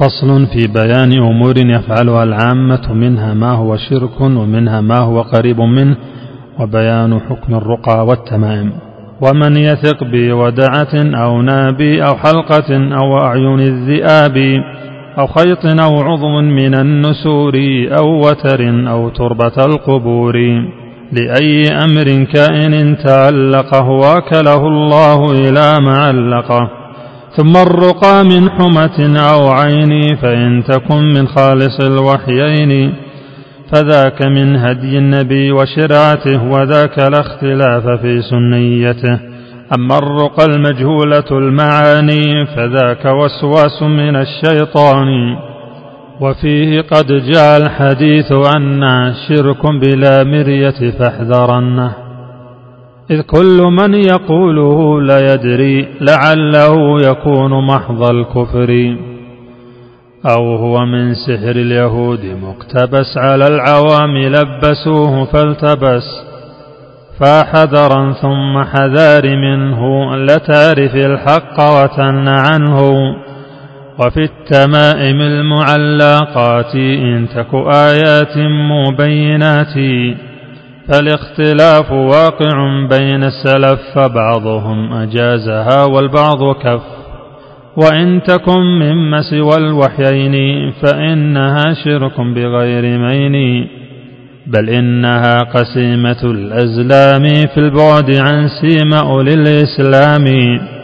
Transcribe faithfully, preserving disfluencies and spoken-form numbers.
فصل في بيان أمور يفعلها العامة، منها ما هو شرك ومنها ما هو قريب منه، وبيان حكم الرقى والتمائم. ومن يثق بودعة أو نابي أو حلقة أو أعين الذئاب أو خيط أو عضو من النسور أو وتر أو تربة القبور، لأي أمر كائن تعلقه واكله الله إلى معلقه. ثم الرقى من حمة أو عين، فإن تكن من خالص الوحيين فذاك من هدي النبي وشرعته، وذاك لا اختلاف في سنيته. أما الرقى المجهولة المعاني فذاك وسواس من الشيطان، وفيه قد جاء الحديث أنه شرك بلا مرية فاحذرنه، إذ كل من يقوله لا يدري لعله يكون محض الكفر، أو هو من سحر اليهود مقتبس على العوام لبسوه فالتبس. فحذرا ثم حذار منه لتعرف الحق وتن عنه. وفي التمائم المعلقات إن تك آيات مبينات، فالاختلاف واقع بين السلف، فبعضهم أجازها والبعض كف. وإن تكن مما سوى الوحيين فإنها شرك بغير مين، بل إنها قسيمة الأزلام في البعد عن سيم أولي الإسلام.